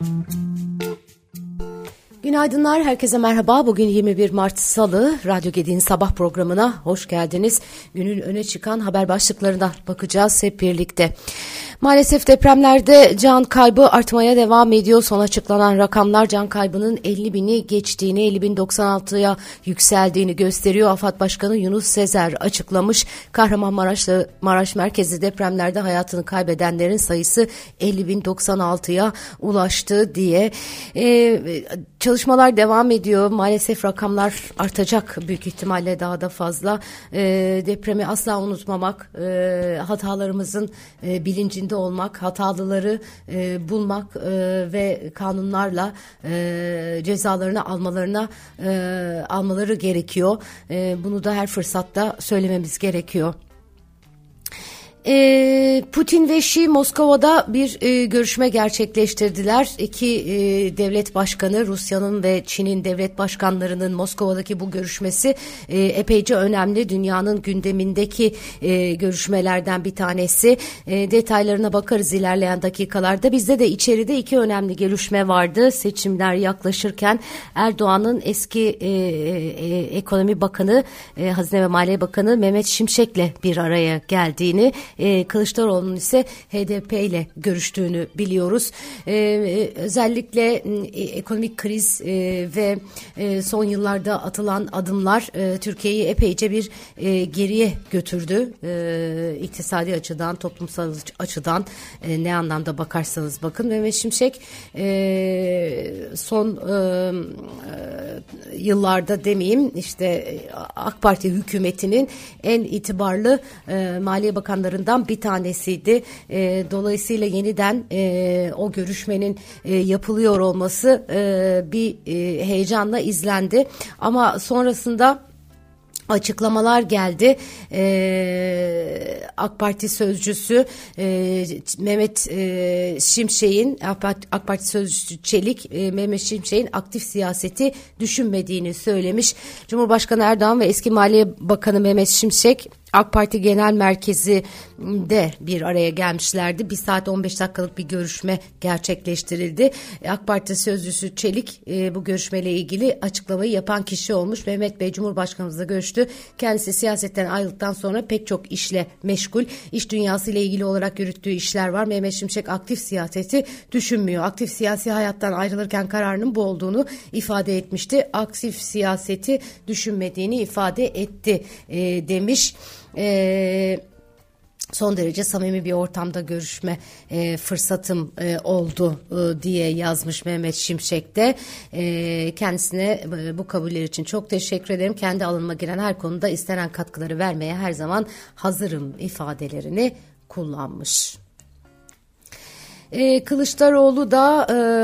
Günaydınlar, herkese merhaba. Bugün 21 Mart Salı, Radyo Gedi'nin sabah programına hoş geldiniz. Günün öne çıkan haber başlıklarına bakacağız hep birlikte. Maalesef depremlerde can kaybı artmaya devam ediyor. Son açıklanan rakamlar can kaybının 50.000'i geçtiğini, 50.096'ya yükseldiğini gösteriyor. AFAD Başkanı Yunus Sezer açıklamış. Kahramanmaraş merkezli depremlerde hayatını kaybedenlerin sayısı 50.096'ya ulaştı diye. Çalışmalar devam ediyor. Maalesef rakamlar artacak büyük ihtimalle daha da fazla. Depremi asla unutmamak, hatalarımızın bilincinde olmak, hatalıları bulmak ve kanunlarla cezalarını almaları gerekiyor. Bunu da her fırsatta söylememiz gerekiyor. Putin ve Xi Moskova'da bir görüşme gerçekleştirdiler. İki devlet başkanı, Rusya'nın ve Çin'in devlet başkanlarının Moskova'daki bu görüşmesi epeyce önemli. Dünyanın gündemindeki görüşmelerden bir tanesi. Detaylarına bakarız ilerleyen dakikalarda. Bizde de içeride iki önemli görüşme vardı. Seçimler yaklaşırken Erdoğan'ın eski ekonomi bakanı, Hazine ve Maliye Bakanı Mehmet Şimşek'le bir araya geldiğini, Kılıçdaroğlu'nun ise HDP ile görüştüğünü biliyoruz. Özellikle ekonomik kriz ve son yıllarda atılan adımlar Türkiye'yi epeyce bir geriye götürdü. İktisadi açıdan, toplumsal açıdan ne anlamda bakarsanız bakın. Mehmet Şimşek son yıllarda demeyeyim işte AK Parti hükümetinin en itibarlı Maliye Bakanlarından bir tanesiydi. Dolayısıyla yeniden o görüşmenin yapılıyor olması bir heyecanla izlendi. Ama sonrasında açıklamalar geldi. AK Parti sözcüsü Mehmet Şimşek'in, AK Parti sözcüsü Çelik, Mehmet Şimşek'in aktif siyaseti düşünmediğini söylemiş. Cumhurbaşkanı Erdoğan ve eski Maliye Bakanı Mehmet Şimşek AK Parti Genel Merkezi'nde bir araya gelmişlerdi. 1 saat 15 dakikalık bir görüşme gerçekleştirildi. AK Parti sözcüsü Çelik bu görüşmeyle ilgili açıklamayı yapan kişi olmuş. Mehmet Bey Cumhurbaşkanımızla görüştü. Kendisi siyasetten ayrıldıktan sonra pek çok işle meşgul. İş dünyası ile ilgili olarak yürüttüğü işler var. Mehmet Şimşek aktif siyaseti düşünmüyor. Aktif siyasi hayattan ayrılırken kararının bu olduğunu ifade etmişti. Aktif siyaseti düşünmediğini ifade etti demiş. Son derece samimi bir ortamda görüşme fırsatım oldu diye yazmış Mehmet Şimşek de. Kendisine bu kabuller için çok teşekkür ederim. Kendi alanıma giren her konuda istenen katkıları vermeye her zaman hazırım ifadelerini kullanmış. Kılıçdaroğlu da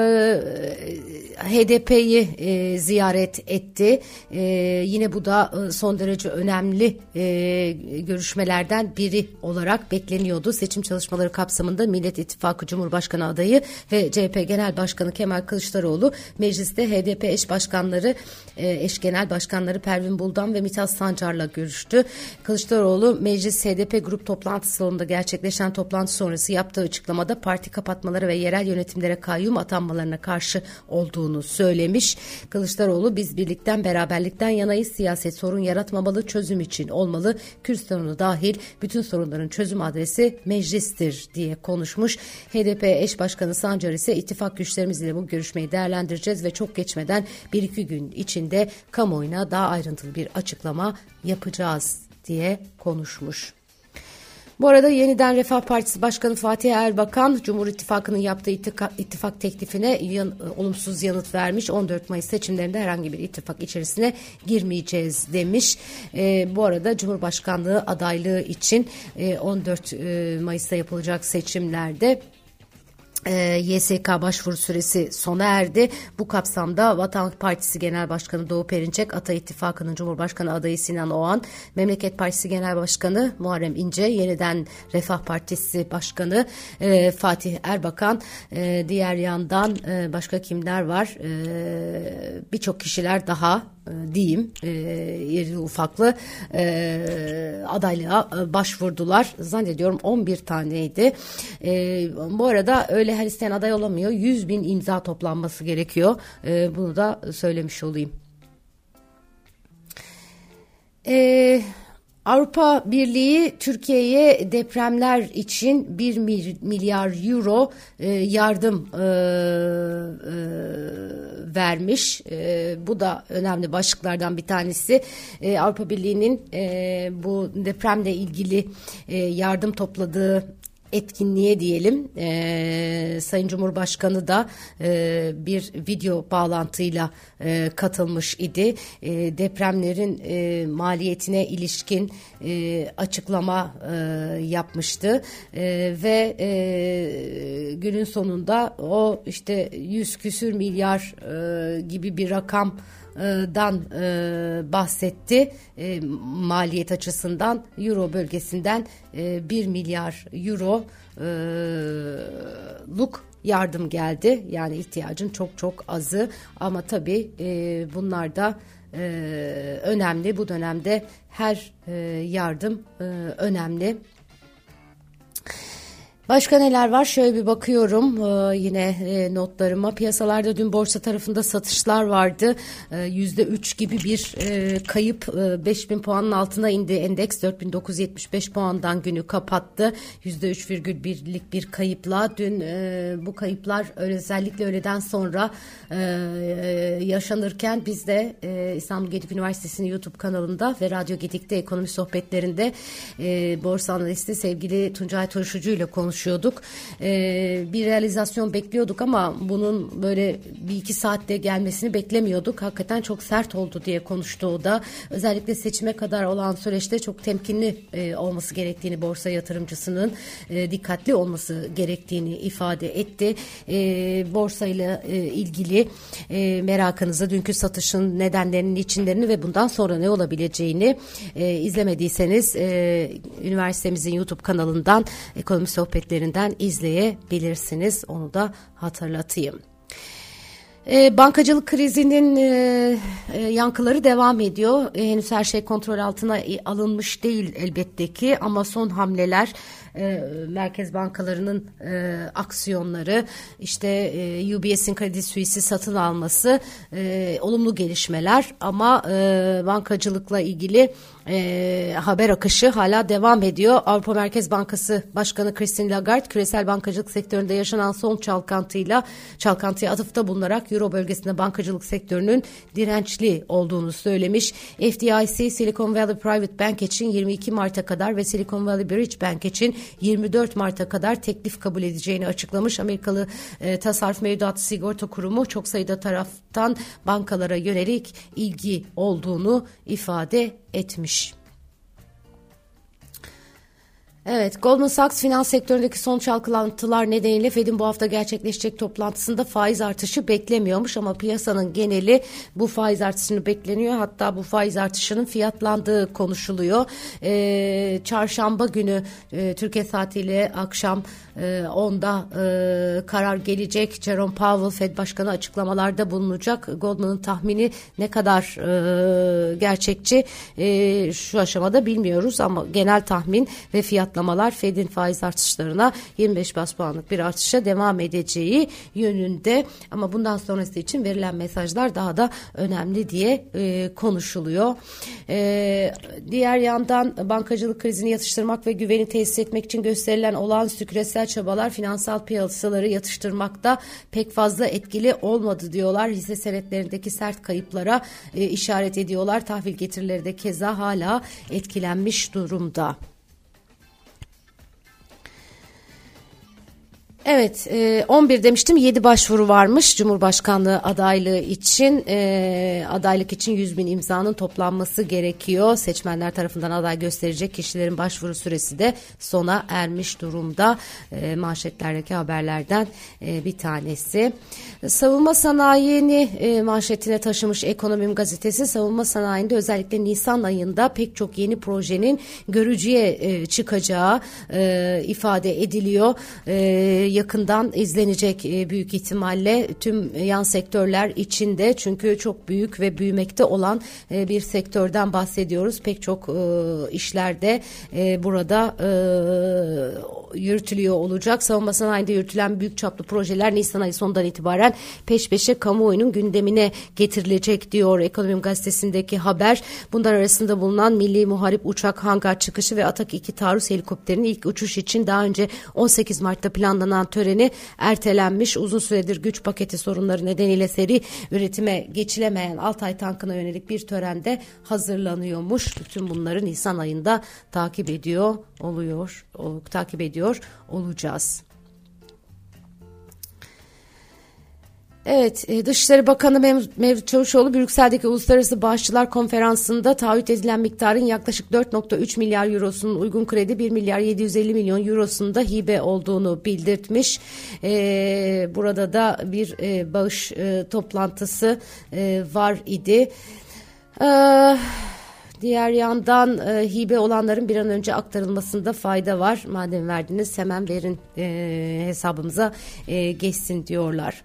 HDP'yi ziyaret etti. Yine bu da son derece önemli görüşmelerden biri olarak bekleniyordu. Seçim çalışmaları kapsamında Millet İttifakı Cumhurbaşkanı adayı ve CHP Genel Başkanı Kemal Kılıçdaroğlu mecliste HDP eş genel başkanları Pervin Buldan ve Mithat Sancar'la görüştü. Kılıçdaroğlu meclis HDP grup toplantı salonunda gerçekleşen toplantı sonrası yaptığı açıklamada parti kapatmaları ve yerel yönetimlere kayyum atanmalarına karşı olduğunu söylemiş. Kılıçdaroğlu biz birlikten beraberlikten yanayız, siyaset sorun yaratmamalı, çözüm için olmalı, Kürt sorunu dahil bütün sorunların çözüm adresi meclistir diye konuşmuş. HDP eş başkanı Sancar ise ittifak güçlerimizle bu görüşmeyi değerlendireceğiz ve çok geçmeden 1-2 gün içinde kamuoyuna daha ayrıntılı bir açıklama yapacağız diye konuşmuş. Bu arada yeniden Refah Partisi Başkanı Fatih Erbakan, Cumhur İttifakı'nın yaptığı ittifak teklifine olumsuz yanıt vermiş. 14 Mayıs seçimlerinde herhangi bir ittifak içerisine girmeyeceğiz demiş. Bu arada Cumhurbaşkanlığı adaylığı için 14 Mayıs'ta yapılacak seçimlerde YSK başvuru süresi sona erdi. Bu kapsamda Vatan Partisi Genel Başkanı Doğu Perinçek, Ata İttifakı'nın Cumhurbaşkanı adayı Sinan Oğan, Memleket Partisi Genel Başkanı Muharrem İnce, yeniden Refah Partisi Başkanı Fatih Erbakan, diğer yandan başka kimler var? Birçok kişiler daha diyeyim, irili ufaklı adaylığa başvurdular. Zannediyorum 11 taneydi. Bu arada öyle her isteyen aday olamıyor. 100.000 imza toplanması gerekiyor. Bunu da söylemiş olayım. Avrupa Birliği Türkiye'ye depremler için 1 milyar euro yardım vermiş. Bu da önemli başlıklardan bir tanesi. Avrupa Birliği'nin bu depremle ilgili yardım topladığı etkinliğe diyelim, Sayın Cumhurbaşkanı da bir video bağlantıyla katılmış idi. Depremlerin maliyetine ilişkin açıklama yapmıştı ve günün sonunda o işte 100 küsür milyar gibi bir rakam bahsetti. Maliyet açısından Euro bölgesinden 1 milyar euroluk yardım geldi. Yani ihtiyacın çok çok azı ama tabii bunlar da önemli. Bu dönemde her yardım önemli. Başka neler var? Şöyle bir bakıyorum yine notlarıma. Piyasalarda dün borsa tarafında satışlar vardı. %3 gibi bir kayıp, 5.000 puanın altına indi. Endeks 4.975 puandan günü kapattı. %3,1'lik bir kayıpla. Dün bu kayıplar özellikle öğleden sonra yaşanırken biz de İstanbul Gedik Üniversitesi'nin YouTube kanalında ve Radyo Gedik'te ekonomi sohbetlerinde borsa analisti sevgili Tuncay Turşucu ile konuşuyorduk. Bir realizasyon bekliyorduk ama bunun böyle 1-2 saatte gelmesini beklemiyorduk. Hakikaten çok sert oldu diye konuştu o da. Özellikle seçime kadar olan süreçte çok temkinli olması gerektiğini, borsa yatırımcısının dikkatli olması gerektiğini ifade etti. Borsayla ilgili merakınızı, dünkü satışın nedenlerinin, içinlerini ve bundan sonra ne olabileceğini izlemediyseniz üniversitemizin YouTube kanalından ekonomi sohbetlerinden izleyebilirsiniz. Onu da hatırlatayım. Bankacılık krizinin yankıları devam ediyor. Henüz her şey kontrol altına alınmış değil elbette ki ama son hamleler, merkez bankalarının aksiyonları, işte UBS'in Credit Suisse'i satın alması olumlu gelişmeler ama bankacılıkla ilgili haber akışı hala devam ediyor. Avrupa Merkez Bankası Başkanı Christine Lagarde küresel bankacılık sektöründe yaşanan son çalkantıya atıfta bulunarak Euro bölgesinde bankacılık sektörünün dirençli olduğunu söylemiş. FDIC Silicon Valley Private Bank için 22 Mart'a kadar ve Silicon Valley Bridge Bank için 24 Mart'a kadar teklif kabul edeceğini açıklamış. Amerikalı Tasarruf Mevduatı Sigorta Kurumu çok sayıda taraftan bankalara yönelik ilgi olduğunu ifade etmiş. Evet, Goldman Sachs finans sektöründeki son çalkantılar nedeniyle Fed'in bu hafta gerçekleşecek toplantısında faiz artışı beklemiyormuş ama piyasanın geneli bu faiz artışını bekleniyor. Hatta bu faiz artışının fiyatlandığı konuşuluyor. Çarşamba günü Türkiye saatiyle akşam 10'da karar gelecek. Jerome Powell Fed Başkanı açıklamalarda bulunacak. Goldman'ın tahmini ne kadar gerçekçi şu aşamada bilmiyoruz ama genel tahmin ve fiyatlamalar Fed'in faiz artışlarına 25 bas puanlık bir artışa devam edeceği yönünde ama bundan sonrası için verilen mesajlar daha da önemli diye konuşuluyor. Diğer yandan bankacılık krizini yatıştırmak ve güveni tesis etmek için gösterilen olağanüstü küresel çabalar finansal piyasaları yatıştırmakta pek fazla etkili olmadı diyorlar. Hisse senetlerindeki sert kayıplara işaret ediyorlar. Tahvil getirileri de keza hala etkilenmiş durumda. Evet, 11 demiştim, 7 başvuru varmış Cumhurbaşkanlığı adaylığı için. Adaylık için 100.000 imzanın toplanması gerekiyor. Seçmenler tarafından aday gösterecek kişilerin başvuru süresi de sona ermiş durumda. Manşetlerdeki haberlerden bir tanesi. Savunma sanayini manşetine taşımış Ekonomim gazetesi. Savunma sanayinde özellikle Nisan ayında pek çok yeni projenin görücüye çıkacağı ifade ediliyor. yakından izlenecek büyük ihtimalle tüm yan sektörler içinde, çünkü çok büyük ve büyümekte olan bir sektörden bahsediyoruz. Pek çok işlerde burada yürütülüyor olacak. Savunma sanayinde yürütülen büyük çaplı projeler Nisan ayı sonundan itibaren peş peşe kamuoyunun gündemine getirilecek diyor Ekonomim Gazetesi'ndeki haber. Bunlar arasında bulunan Milli Muharip Uçak hangar çıkışı ve Atak 2 taarruz helikopterinin ilk uçuş için daha önce 18 Mart'ta planlanan töreni ertelenmiş. Uzun süredir güç paketi sorunları nedeniyle seri üretime geçilemeyen Altay tankına yönelik bir törende hazırlanıyormuş. Bütün bunları Nisan ayında takip ediyor olacağız. Evet, Dışişleri Bakanı Mevlüt Çavuşoğlu Brüksel'deki Uluslararası Bağışçılar Konferansı'nda taahhüt edilen miktarın yaklaşık 4,3 milyar eurosunun uygun kredi 1 milyar 750 milyon eurosunda hibe olduğunu bildirtmiş. Burada da bir bağış toplantısı var idi. Diğer yandan hibe olanların bir an önce aktarılmasında fayda var. Madem verdiniz hemen verin, hesabımıza geçsin diyorlar.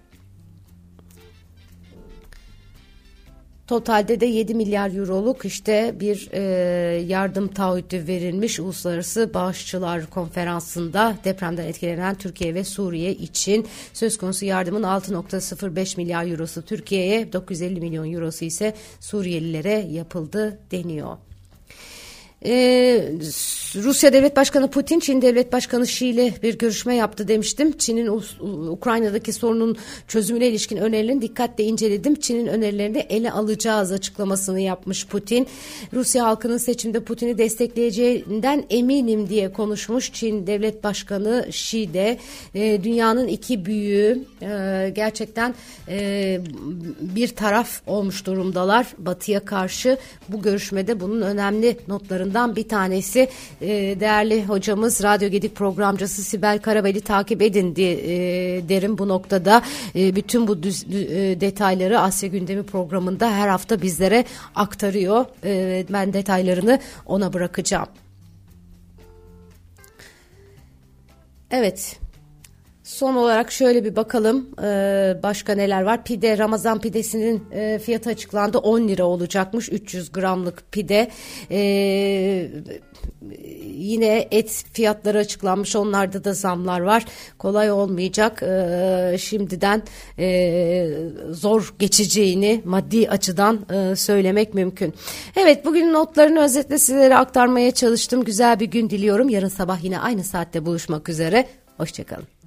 Totalde de 7 milyar euroluk bir yardım taahhütü verilmiş Uluslararası Bağışçılar Konferansı'nda depremden etkilenen Türkiye ve Suriye için. Söz konusu yardımın 6,05 milyar eurosu Türkiye'ye, 950 milyon eurosu ise Suriyelilere yapıldı deniyor. Rusya Devlet Başkanı Putin, Çin Devlet Başkanı Xi ile bir görüşme yaptı demiştim. Çin'in Ukrayna'daki sorunun çözümüne ilişkin önerilerini dikkatle inceledim. Çin'in önerilerini ele alacağız açıklamasını yapmış Putin. Rusya halkının seçimde Putin'i destekleyeceğinden eminim diye konuşmuş. Çin Devlet Başkanı Xi de dünyanın iki büyüğü gerçekten bir taraf olmuş durumdalar Batı'ya karşı. Bu görüşmede bunun önemli notlarından bir tanesi. Değerli hocamız, Radyo Gedik programcısı Sibel Karabel'i takip edin diye derim bu noktada. Bütün bu detayları Asya Gündemi programında her hafta bizlere aktarıyor. Ben detaylarını ona bırakacağım. Evet. Son olarak şöyle bir bakalım başka neler var. Pide, Ramazan pidesinin fiyatı açıklandı, 10 lira olacakmış 300 gramlık pide. Yine et fiyatları açıklanmış, onlarda da zamlar var. Kolay olmayacak, şimdiden zor geçeceğini maddi açıdan söylemek mümkün. Evet, bugünün notlarını özetle sizlere aktarmaya çalıştım. Güzel bir gün diliyorum. Yarın sabah yine aynı saatte buluşmak üzere. Hoşçakalın.